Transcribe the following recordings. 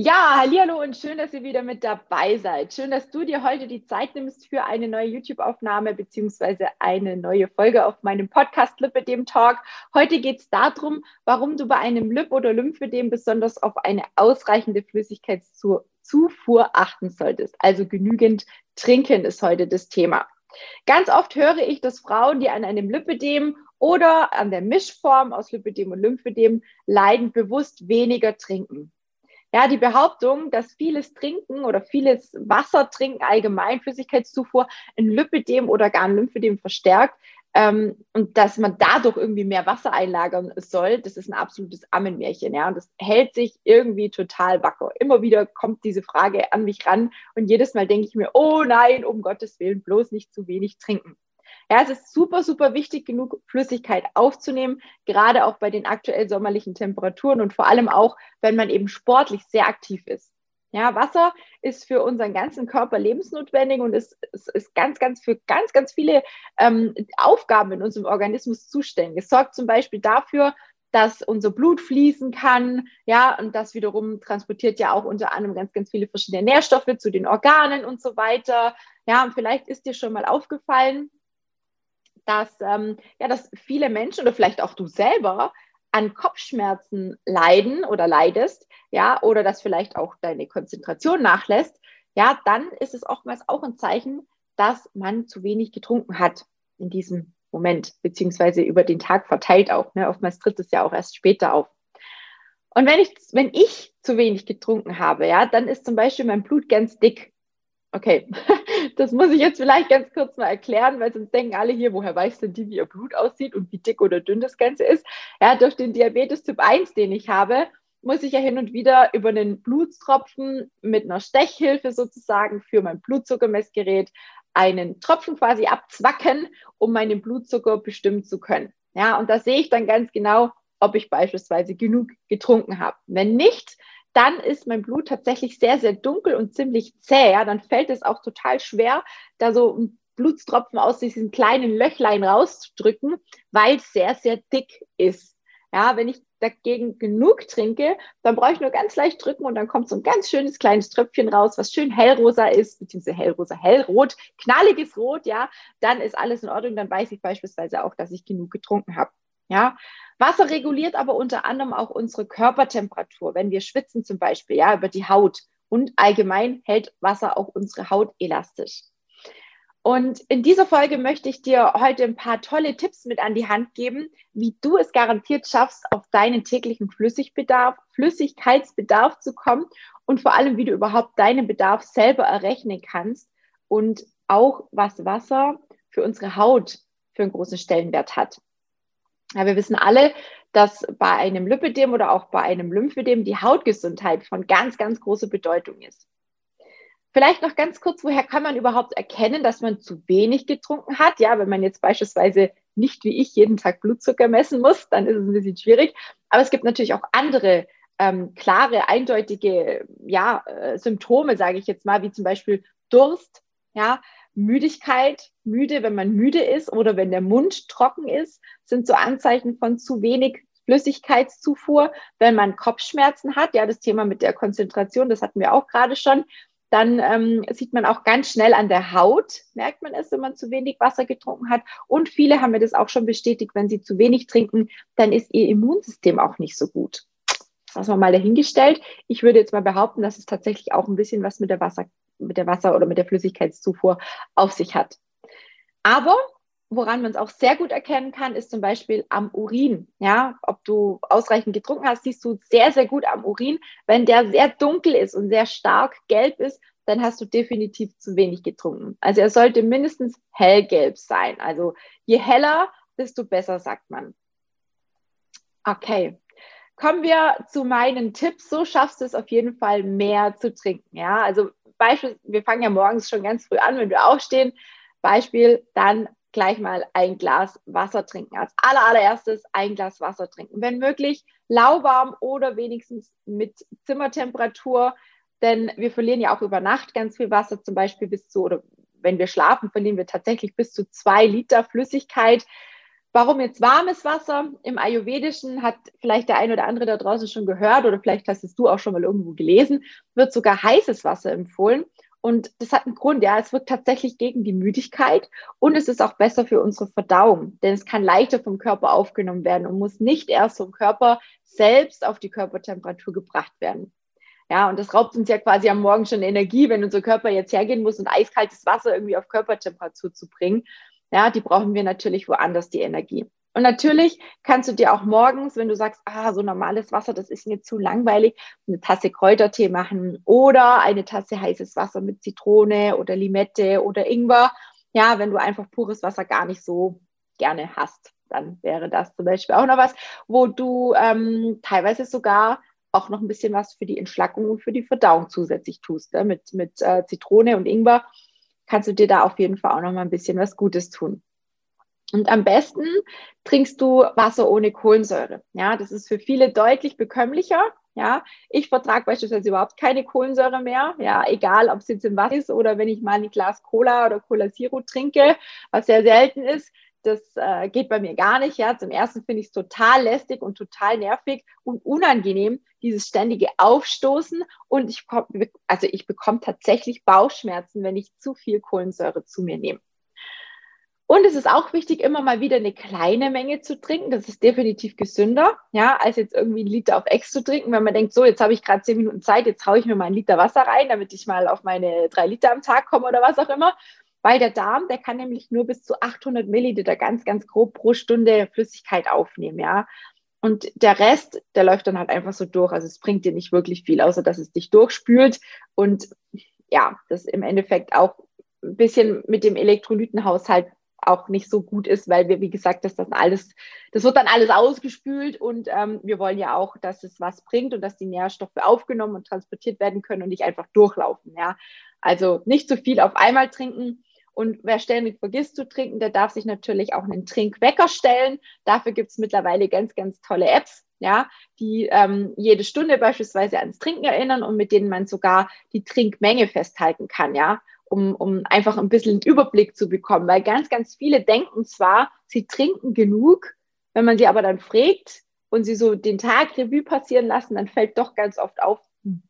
Ja, hallihallo und schön, dass ihr wieder mit dabei seid. Schön, dass du dir heute die Zeit nimmst für eine neue YouTube-Aufnahme beziehungsweise eine neue Folge auf meinem Podcast Lipödem Talk. Heute geht es darum, warum du bei einem Lip- oder Lymphödem besonders auf eine ausreichende Flüssigkeitszufuhr achten solltest. Also genügend trinken ist heute das Thema. Ganz oft höre ich, dass Frauen, die an einem Lipödem oder an der Mischform aus Lipödem und Lymphödem leiden, bewusst weniger trinken. Ja, die Behauptung, dass vieles Trinken oder vieles Wasser trinken, allgemein Flüssigkeitszufuhr, ein Lipödem oder gar ein Lymphödem verstärkt und dass man dadurch irgendwie mehr Wasser einlagern soll, das ist ein absolutes Ammenmärchen. Ja, und das hält sich irgendwie total wacker. Immer wieder kommt diese Frage an mich ran und jedes Mal denke ich mir, oh nein, um Gottes Willen, bloß nicht zu wenig trinken. Ja, es ist super, super wichtig, genug Flüssigkeit aufzunehmen, gerade auch bei den aktuell sommerlichen Temperaturen und vor allem auch, wenn man eben sportlich sehr aktiv ist. Ja, Wasser ist für unseren ganzen Körper lebensnotwendig und ist für ganz viele Aufgaben in unserem Organismus zuständig. Es sorgt zum Beispiel dafür, dass unser Blut fließen kann, ja, und das wiederum transportiert ja auch unter anderem ganz viele verschiedene Nährstoffe zu den Organen und so weiter. Ja, und vielleicht ist dir schon mal aufgefallen, dass viele Menschen oder vielleicht auch du selber an Kopfschmerzen leiden oder leidest, ja, oder dass vielleicht auch deine Konzentration nachlässt, ja, dann ist es oftmals auch ein Zeichen, dass man zu wenig getrunken hat in diesem Moment, beziehungsweise über den Tag verteilt auch. Ne? Oftmals tritt es ja auch erst später auf. Und wenn ich zu wenig getrunken habe, ja, dann ist zum Beispiel mein Blut ganz dick. Okay, das muss ich jetzt vielleicht ganz kurz mal erklären, weil sonst denken alle hier, woher weiß denn die, wie ihr Blut aussieht und wie dick oder dünn das Ganze ist? Ja, durch den Diabetes Typ 1, den ich habe, muss ich ja hin und wieder über einen Blutstropfen mit einer Stechhilfe sozusagen für mein Blutzuckermessgerät einen Tropfen quasi abzwacken, um meinen Blutzucker bestimmen zu können. Ja, und da sehe ich dann ganz genau, ob ich beispielsweise genug getrunken habe. Wenn nicht, dann ist mein Blut tatsächlich sehr, sehr dunkel und ziemlich zäh. Ja? Dann fällt es auch total schwer, da so ein Blutstropfen aus diesen kleinen Löchlein rauszudrücken, weil es sehr, sehr dick ist. Ja, wenn ich dagegen genug trinke, dann brauche ich nur ganz leicht drücken und dann kommt so ein ganz schönes kleines Tröpfchen raus, was schön hellrosa ist, beziehungsweise hellrosa, hellrot, knalliges Rot, ja, dann ist alles in Ordnung, dann weiß ich beispielsweise auch, dass ich genug getrunken habe. Ja, Wasser reguliert aber unter anderem auch unsere Körpertemperatur, wenn wir schwitzen zum Beispiel, ja, über die Haut. Und allgemein hält Wasser auch unsere Haut elastisch. Und in dieser Folge möchte ich dir heute ein paar tolle Tipps mit an die Hand geben, wie du es garantiert schaffst, auf deinen täglichen Flüssigkeitsbedarf zu kommen und vor allem, wie du überhaupt deinen Bedarf selber errechnen kannst und auch, was Wasser für unsere Haut für einen großen Stellenwert hat. Ja, wir wissen alle, dass bei einem Lipödem oder auch bei einem Lymphödem die Hautgesundheit von ganz großer Bedeutung ist. Vielleicht noch ganz kurz, woher kann man überhaupt erkennen, dass man zu wenig getrunken hat? Ja, wenn man jetzt beispielsweise nicht wie ich jeden Tag Blutzucker messen muss, dann ist es ein bisschen schwierig. Aber es gibt natürlich auch andere klare, eindeutige Symptome, sage ich jetzt mal, wie zum Beispiel Durst, ja, Müdigkeit, müde, wenn man müde ist oder wenn der Mund trocken ist, sind so Anzeichen von zu wenig Flüssigkeitszufuhr. Wenn man Kopfschmerzen hat, ja, das Thema mit der Konzentration, das hatten wir auch gerade schon, dann sieht man auch ganz schnell an der Haut, merkt man es, wenn man zu wenig Wasser getrunken hat. Und viele haben mir das auch schon bestätigt, wenn sie zu wenig trinken, dann ist ihr Immunsystem auch nicht so gut. Das lassen wir mal dahingestellt. Ich würde jetzt mal behaupten, dass es tatsächlich auch ein bisschen was mit der Wasser oder mit der Flüssigkeitszufuhr auf sich hat. Aber woran man es auch sehr gut erkennen kann, ist zum Beispiel am Urin. Ja, ob du ausreichend getrunken hast, siehst du sehr, sehr gut am Urin. Wenn der sehr dunkel ist und sehr stark gelb ist, dann hast du definitiv zu wenig getrunken. Also er sollte mindestens hellgelb sein. Also je heller, desto besser, sagt man. Okay, kommen wir zu meinen Tipps. So schaffst du es auf jeden Fall, mehr zu trinken. Ja, also wir fangen ja morgens schon ganz früh an, wenn wir aufstehen. Beispiel, dann gleich mal ein Glas Wasser trinken. Als allererstes ein Glas Wasser trinken. Wenn möglich, lauwarm oder wenigstens mit Zimmertemperatur, denn wir verlieren ja auch über Nacht ganz viel Wasser, zum Beispiel oder wenn wir schlafen, verlieren wir tatsächlich bis zu 2 Liter Flüssigkeit. Warum jetzt warmes Wasser? Im Ayurvedischen hat vielleicht der ein oder andere da draußen schon gehört oder vielleicht hast es du auch schon mal irgendwo gelesen, wird sogar heißes Wasser empfohlen. Und das hat einen Grund, ja, es wirkt tatsächlich gegen die Müdigkeit und es ist auch besser für unsere Verdauung, denn es kann leichter vom Körper aufgenommen werden und muss nicht erst vom Körper selbst auf die Körpertemperatur gebracht werden. Ja, und das raubt uns ja quasi am Morgen schon Energie, wenn unser Körper jetzt hergehen muss und eiskaltes Wasser irgendwie auf Körpertemperatur zu bringen. Ja, die brauchen wir natürlich woanders, die Energie. Und natürlich kannst du dir auch morgens, wenn du sagst, so normales Wasser, das ist mir zu langweilig, eine Tasse Kräutertee machen oder eine Tasse heißes Wasser mit Zitrone oder Limette oder Ingwer. Ja, wenn du einfach pures Wasser gar nicht so gerne hast, dann wäre das zum Beispiel auch noch was, wo du teilweise sogar auch noch ein bisschen was für die Entschlackung und für die Verdauung zusätzlich tust. Ne? Mit Zitrone und Ingwer kannst du dir da auf jeden Fall auch noch mal ein bisschen was Gutes tun. Und am besten trinkst du Wasser ohne Kohlensäure. Ja, das ist für viele deutlich bekömmlicher. Ja, ich vertrage beispielsweise überhaupt keine Kohlensäure mehr. Ja, egal, ob es jetzt im Wasser ist oder wenn ich mal ein Glas Cola oder Cola Zero trinke, was sehr selten ist. Das geht bei mir gar nicht. Ja, zum ersten finde ich es total lästig und total nervig und unangenehm, dieses ständige Aufstoßen. Und ich bekomme tatsächlich Bauchschmerzen, wenn ich zu viel Kohlensäure zu mir nehme. Und es ist auch wichtig, immer mal wieder eine kleine Menge zu trinken. Das ist definitiv gesünder, ja, als jetzt irgendwie 1 Liter auf Ex zu trinken, wenn man denkt, so, jetzt habe ich gerade 10 Minuten Zeit, jetzt haue ich mir mal 1 Liter Wasser rein, damit ich mal auf meine 3 Liter am Tag komme oder was auch immer. Weil der Darm, der kann nämlich nur bis zu 800 Milliliter ganz, ganz grob pro Stunde Flüssigkeit aufnehmen, ja. Und der Rest, der läuft dann halt einfach so durch. Also es bringt dir nicht wirklich viel, außer dass es dich durchspült und ja, das im Endeffekt auch ein bisschen mit dem Elektrolytenhaushalt auch nicht so gut ist, weil wir, wie gesagt, das wird dann alles ausgespült und wir wollen ja auch, dass es was bringt und dass die Nährstoffe aufgenommen und transportiert werden können und nicht einfach durchlaufen. Ja, also nicht zu viel auf einmal trinken. Und wer ständig vergisst zu trinken, der darf sich natürlich auch einen Trinkwecker stellen. Dafür gibt es mittlerweile ganz, ganz tolle Apps, ja, die jede Stunde beispielsweise ans Trinken erinnern und mit denen man sogar die Trinkmenge festhalten kann, ja. Um einfach ein bisschen einen Überblick zu bekommen. Weil ganz, ganz viele denken zwar, sie trinken genug, wenn man sie aber dann fragt und sie so den Tag Revue passieren lassen, dann fällt doch ganz oft auf,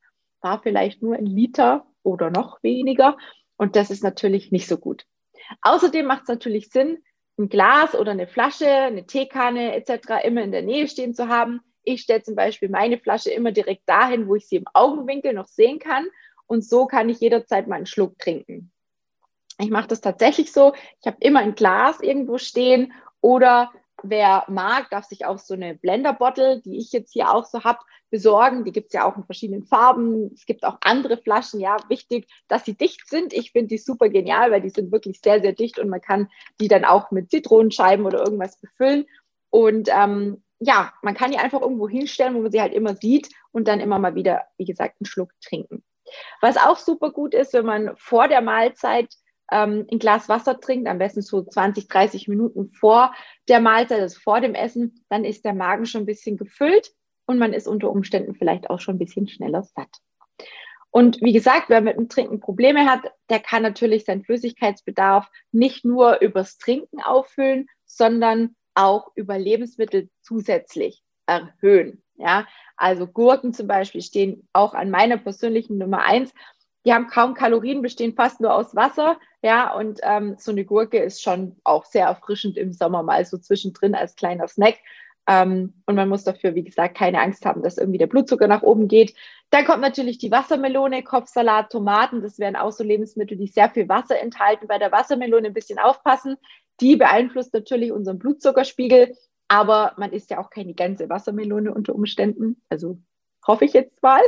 war vielleicht nur 1 Liter oder noch weniger. Und das ist natürlich nicht so gut. Außerdem macht es natürlich Sinn, ein Glas oder eine Flasche, eine Teekanne etc. immer in der Nähe stehen zu haben. Ich stelle zum Beispiel meine Flasche immer direkt dahin, wo ich sie im Augenwinkel noch sehen kann. Und so kann ich jederzeit mal einen Schluck trinken. Ich mache das tatsächlich so. Ich habe immer ein Glas irgendwo stehen oder wer mag, darf sich auch so eine Blender-Bottle, die ich jetzt hier auch so habe, besorgen. Die gibt es ja auch in verschiedenen Farben. Es gibt auch andere Flaschen. Ja, wichtig, dass sie dicht sind. Ich finde die super genial, weil die sind wirklich sehr, sehr dicht und man kann die dann auch mit Zitronenscheiben oder irgendwas befüllen. Und ja, man kann die einfach irgendwo hinstellen, wo man sie halt immer sieht und dann immer mal wieder, wie gesagt, einen Schluck trinken. Was auch super gut ist, wenn man vor der Mahlzeit ein Glas Wasser trinkt, am besten so 20, 30 Minuten vor der Mahlzeit, also vor dem Essen, dann ist der Magen schon ein bisschen gefüllt und man ist unter Umständen vielleicht auch schon ein bisschen schneller satt. Und wie gesagt, wer mit dem Trinken Probleme hat, der kann natürlich seinen Flüssigkeitsbedarf nicht nur übers Trinken auffüllen, sondern auch über Lebensmittel zusätzlich erhöhen. Ja, also Gurken zum Beispiel stehen auch an meiner persönlichen Nummer 1. Die haben kaum Kalorien, bestehen fast nur aus Wasser. Ja, und so eine Gurke ist schon auch sehr erfrischend im Sommer mal so zwischendrin als kleiner Snack. Und man muss dafür, wie gesagt, keine Angst haben, dass irgendwie der Blutzucker nach oben geht. Dann kommt natürlich die Wassermelone, Kopfsalat, Tomaten. Das wären auch so Lebensmittel, die sehr viel Wasser enthalten. Bei der Wassermelone ein bisschen aufpassen. Die beeinflusst natürlich unseren Blutzuckerspiegel. Aber man isst ja auch keine ganze Wassermelone unter Umständen. Also hoffe ich jetzt mal.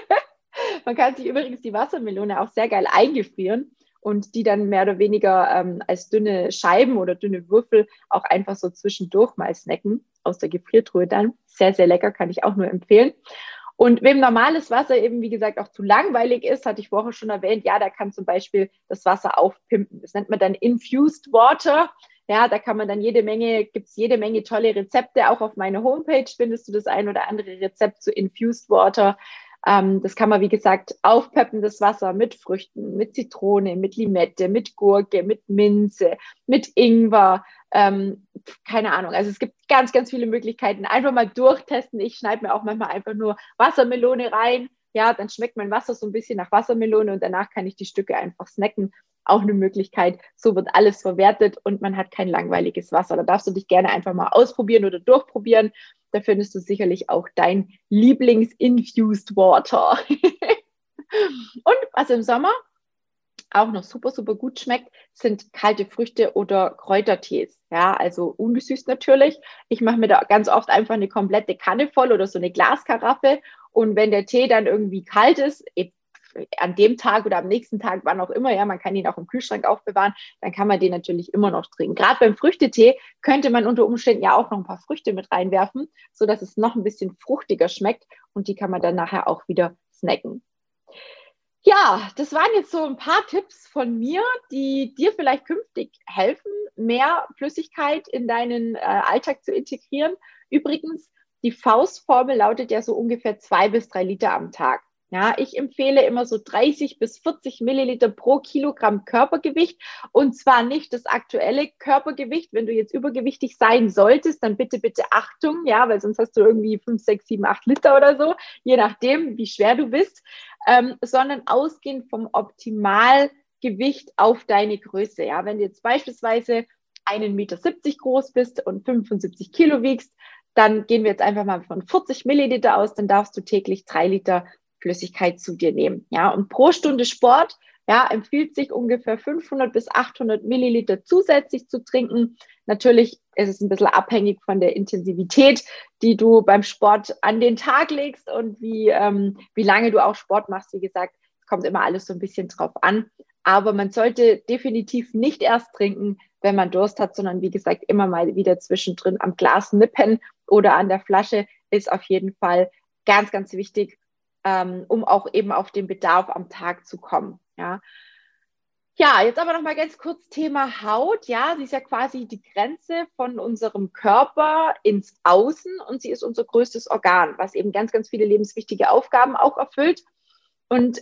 Man kann sich übrigens die Wassermelone auch sehr geil eingefrieren und die dann mehr oder weniger als dünne Scheiben oder dünne Würfel auch einfach so zwischendurch mal snacken, aus der Gefriertruhe dann. Sehr, sehr lecker, kann ich auch nur empfehlen. Und wem normales Wasser eben, wie gesagt, auch zu langweilig ist, hatte ich vorher schon erwähnt, ja, da kann zum Beispiel das Wasser aufpimpen. Das nennt man dann Infused Water. Ja, da kann man dann gibt es jede Menge tolle Rezepte. Auch auf meiner Homepage findest du das ein oder andere Rezept zu Infused Water. Das kann man, wie gesagt, aufpeppen, das Wasser mit Früchten, mit Zitrone, mit Limette, mit Gurke, mit Minze, mit Ingwer, keine Ahnung. Also es gibt ganz, ganz viele Möglichkeiten. Einfach mal durchtesten. Ich schneide mir auch manchmal einfach nur Wassermelone rein. Ja, dann schmeckt mein Wasser so ein bisschen nach Wassermelone und danach kann ich die Stücke einfach snacken. Auch eine Möglichkeit. So wird alles verwertet und man hat kein langweiliges Wasser. Da darfst du dich gerne einfach mal ausprobieren oder durchprobieren. Da findest du sicherlich auch dein Lieblings-Infused Water. Und was im Sommer auch noch super, super gut schmeckt, sind kalte Früchte oder Kräutertees. Ja, also ungesüßt natürlich. Ich mache mir da ganz oft einfach eine komplette Kanne voll oder so eine Glaskaraffe. Und wenn der Tee dann irgendwie kalt ist, an dem Tag oder am nächsten Tag, wann auch immer, ja, man kann ihn auch im Kühlschrank aufbewahren, dann kann man den natürlich immer noch trinken. Gerade beim Früchtetee könnte man unter Umständen ja auch noch ein paar Früchte mit reinwerfen, sodass es noch ein bisschen fruchtiger schmeckt und die kann man dann nachher auch wieder snacken. Ja, das waren jetzt so ein paar Tipps von mir, die dir vielleicht künftig helfen, mehr Flüssigkeit in deinen Alltag zu integrieren. Übrigens, die Faustformel lautet ja so ungefähr 2 bis 3 Liter am Tag. Ja, ich empfehle immer so 30 bis 40 Milliliter pro Kilogramm Körpergewicht und zwar nicht das aktuelle Körpergewicht. Wenn du jetzt übergewichtig sein solltest, dann bitte, bitte Achtung, ja, weil sonst hast du irgendwie 5, 6, 7, 8 Liter oder so, je nachdem, wie schwer du bist, sondern ausgehend vom Optimalgewicht auf deine Größe. Ja, wenn du jetzt beispielsweise 1,70 Meter groß bist und 75 Kilo wiegst, dann gehen wir jetzt einfach mal von 40 Milliliter aus, dann darfst du täglich 3 Liter Flüssigkeit zu dir nehmen. Ja, und pro Stunde Sport, ja, empfiehlt sich ungefähr 500 bis 800 Milliliter zusätzlich zu trinken. Natürlich ist es ein bisschen abhängig von der Intensivität, die du beim Sport an den Tag legst und wie lange du auch Sport machst. Wie gesagt, es kommt immer alles so ein bisschen drauf an. Aber man sollte definitiv nicht erst trinken, wenn man Durst hat, sondern wie gesagt, immer mal wieder zwischendrin am Glas nippen oder an der Flasche ist auf jeden Fall ganz, ganz wichtig, um auch eben auf den Bedarf am Tag zu kommen. Ja, ja, jetzt aber noch mal ganz kurz Thema Haut. Ja, sie ist ja quasi die Grenze von unserem Körper ins Außen und sie ist unser größtes Organ, was eben ganz, ganz viele lebenswichtige Aufgaben auch erfüllt. Und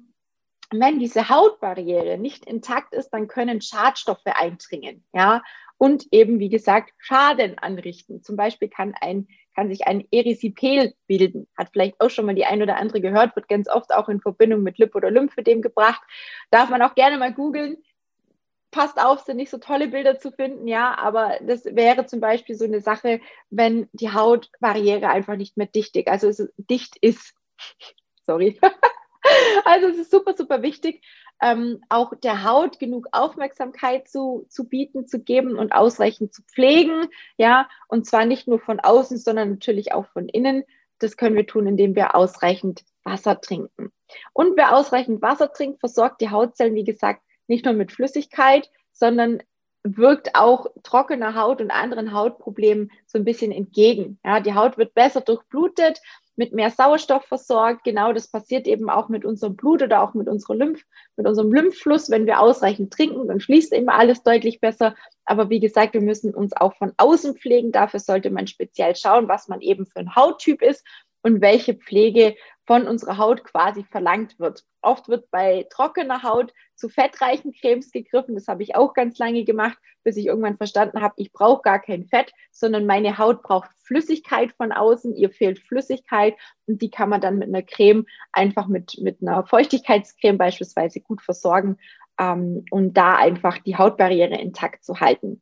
wenn diese Hautbarriere nicht intakt ist, dann können Schadstoffe eindringen, ja, und eben, wie gesagt, Schaden anrichten. Zum Beispiel kann sich ein Erythipel bilden. Hat vielleicht auch schon mal die ein oder andere gehört, wird ganz oft auch in Verbindung mit Lip- oder Lymphödem gebracht. Darf man auch gerne mal googeln. Passt auf, sind nicht so tolle Bilder zu finden, ja, aber das wäre zum Beispiel so eine Sache, wenn die Hautbarriere einfach nicht mehr dicht ist. Sorry. Also es ist super, super wichtig, auch der Haut genug Aufmerksamkeit zu bieten, zu geben und ausreichend zu pflegen. Ja, und zwar nicht nur von außen, sondern natürlich auch von innen. Das können wir tun, indem wir ausreichend Wasser trinken. Und wer ausreichend Wasser trinkt, versorgt die Hautzellen, wie gesagt, nicht nur mit Flüssigkeit, sondern wirkt auch trockener Haut und anderen Hautproblemen so ein bisschen entgegen. Ja, die Haut wird besser durchblutet, mit mehr Sauerstoff versorgt. Genau das passiert eben auch mit unserem Blut oder auch mit unserem Lymphfluss. Wenn wir ausreichend trinken, dann fließt eben alles deutlich besser. Aber wie gesagt, wir müssen uns auch von außen pflegen. Dafür sollte man speziell schauen, was man eben für ein Hauttyp ist und welche Pflege von unserer Haut quasi verlangt wird. Oft wird bei trockener Haut zu fettreichen Cremes gegriffen. Das habe ich auch ganz lange gemacht, bis ich irgendwann verstanden habe, ich brauche gar kein Fett, sondern meine Haut braucht Flüssigkeit von außen. Ihr fehlt Flüssigkeit und die kann man dann mit einer Creme, einfach mit einer Feuchtigkeitscreme beispielsweise gut versorgen, und da einfach die Hautbarriere intakt zu halten.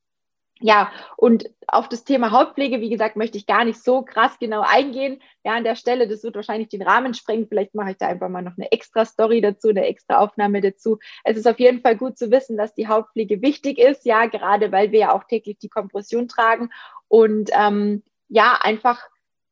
Ja, und auf das Thema Hautpflege, wie gesagt, möchte ich gar nicht so krass genau eingehen. Ja, an der Stelle, das wird wahrscheinlich den Rahmen sprengen. Vielleicht mache ich da einfach mal noch eine extra Story dazu, eine extra Aufnahme dazu. Es ist auf jeden Fall gut zu wissen, dass die Hautpflege wichtig ist, ja, gerade weil wir ja auch täglich die Kompression tragen und ja, einfach,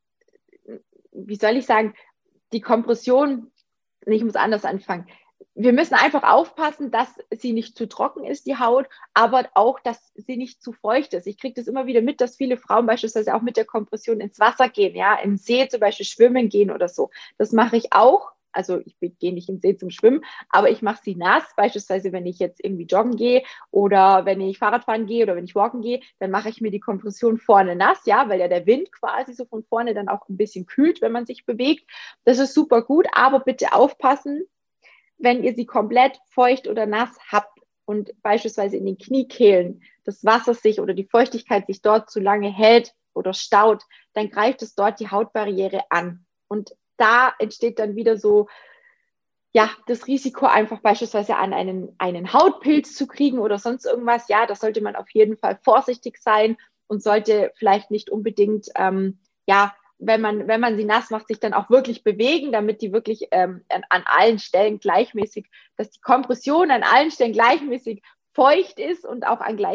wie soll ich sagen, die Kompression, ich muss anders anfangen. Wir müssen einfach aufpassen, dass sie nicht zu trocken ist, die Haut, aber auch, dass sie nicht zu feucht ist. Ich kriege das immer wieder mit, dass viele Frauen beispielsweise auch mit der Kompression ins Wasser gehen, ja, im See zum Beispiel schwimmen gehen oder so. Das mache ich auch, Also ich gehe nicht in den See zum Schwimmen, aber ich mache sie nass. Beispielsweise, wenn ich jetzt irgendwie joggen gehe oder wenn ich Fahrradfahren gehe oder wenn ich walken gehe, dann mache ich mir die Kompression vorne nass, ja, weil ja der Wind quasi so von vorne dann auch ein bisschen kühlt, wenn man sich bewegt. Das ist super gut, aber bitte aufpassen, wenn ihr sie komplett feucht oder nass habt und beispielsweise in den Kniekehlen das Wasser sich oder die Feuchtigkeit sich dort zu lange hält oder staut, dann greift es dort die Hautbarriere an. Und da entsteht dann wieder so, ja, das Risiko einfach beispielsweise an einen Hautpilz zu kriegen oder sonst irgendwas. Ja, da sollte man auf jeden Fall vorsichtig sein und sollte vielleicht nicht unbedingt, ja, wenn man sie nass macht, sich dann auch wirklich bewegen, damit die wirklich an allen Stellen gleichmäßig, dass die Kompression an allen Stellen gleichmäßig feucht ist und auch an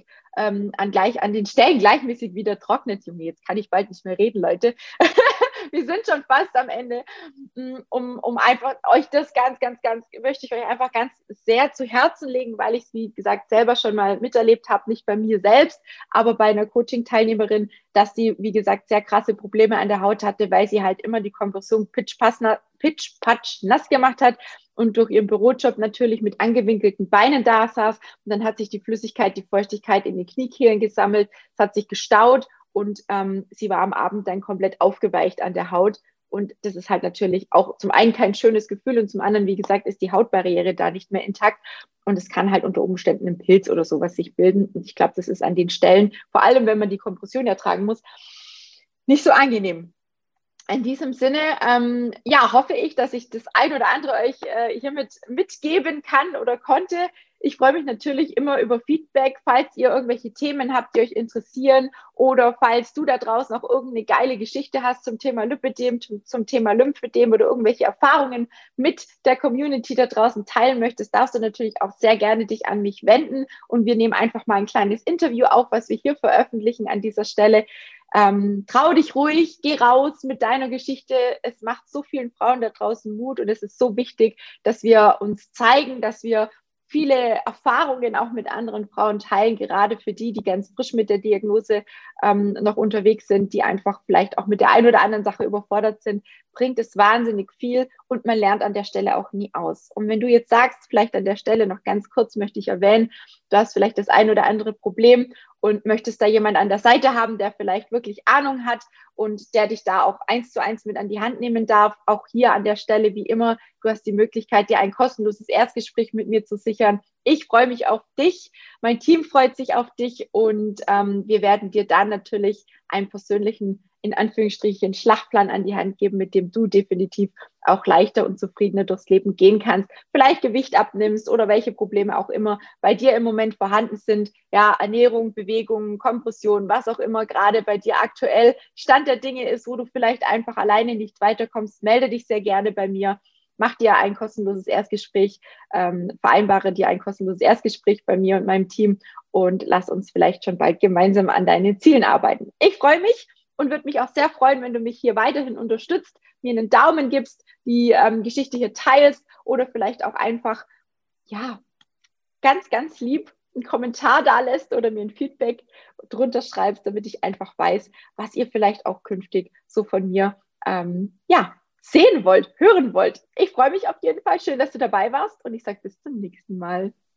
an den Stellen gleichmäßig wieder trocknet. Junge, jetzt kann ich bald nicht mehr reden, Leute. Wir sind schon fast am Ende, um einfach euch das möchte ich euch einfach ganz sehr zu Herzen legen, weil ich es, wie gesagt, selber schon mal miterlebt habe, nicht bei mir selbst, aber bei einer Coaching-Teilnehmerin, dass sie, wie gesagt, sehr krasse Probleme an der Haut hatte, weil sie halt immer die Kompression pitch-patsch nass gemacht hat und durch ihren Bürojob natürlich mit angewinkelten Beinen da saß. Und dann hat sich die Flüssigkeit, die Feuchtigkeit in den Kniekehlen gesammelt, es hat sich gestaut und sie war am Abend dann komplett aufgeweicht an der Haut. Und das ist halt natürlich auch zum einen kein schönes Gefühl und zum anderen, wie gesagt, ist die Hautbarriere da nicht mehr intakt. Und es kann halt unter Umständen ein Pilz oder sowas sich bilden. Und ich glaube, das ist an den Stellen, vor allem wenn man die Kompression ertragen muss, nicht so angenehm. In diesem Sinne, ja, hoffe ich, dass ich das ein oder andere euch hiermit mitgeben kann oder konnte. Ich freue mich natürlich immer über Feedback, falls ihr irgendwelche Themen habt, die euch interessieren oder falls du da draußen auch irgendeine geile Geschichte hast zum Thema Lipödem, zum Thema Lymphödem oder irgendwelche Erfahrungen mit der Community da draußen teilen möchtest, darfst du natürlich auch sehr gerne dich an mich wenden und wir nehmen einfach mal ein kleines Interview auf, was wir hier veröffentlichen an dieser Stelle. Trau dich ruhig, geh raus mit deiner Geschichte. Es macht so vielen Frauen da draußen Mut und es ist so wichtig, dass wir uns zeigen, dass wir viele Erfahrungen auch mit anderen Frauen teilen, gerade für die, die ganz frisch mit der Diagnose noch unterwegs sind, die einfach vielleicht auch mit der einen oder anderen Sache überfordert sind, bringt es wahnsinnig viel und man lernt an der Stelle auch nie aus. Und wenn du jetzt sagst, vielleicht an der Stelle noch ganz kurz möchte ich erwähnen, du hast vielleicht das ein oder andere Problem und möchtest da jemand an der Seite haben, der vielleicht wirklich Ahnung hat und der dich da auch 1:1 mit an die Hand nehmen darf. Auch hier an der Stelle, wie immer, du hast die Möglichkeit, dir ein kostenloses Erstgespräch mit mir zu sichern. Ich freue mich auf dich, mein Team freut sich auf dich und wir werden dir dann natürlich einen persönlichen, in Anführungsstrichen, Schlachtplan an die Hand geben, mit dem du definitiv auch leichter und zufriedener durchs Leben gehen kannst, vielleicht Gewicht abnimmst oder welche Probleme auch immer bei dir im Moment vorhanden sind. Ja, Ernährung, Bewegung, Kompression, was auch immer gerade bei dir aktuell Stand der Dinge ist, wo du vielleicht einfach alleine nicht weiterkommst, melde dich sehr gerne bei mir. Mach dir ein kostenloses Erstgespräch, vereinbare dir ein kostenloses Erstgespräch bei mir und meinem Team und lass uns vielleicht schon bald gemeinsam an deinen Zielen arbeiten. Ich freue mich und würde mich auch sehr freuen, wenn du mich hier weiterhin unterstützt, mir einen Daumen gibst, die Geschichte hier teilst oder vielleicht auch einfach, ja, ganz lieb einen Kommentar da lässt oder mir ein Feedback drunter schreibst, damit ich einfach weiß, was ihr vielleicht auch künftig so von mir, ja, sehen wollt, hören wollt. Ich freue mich auf jeden Fall. Schön, dass du dabei warst und ich sage bis zum nächsten Mal.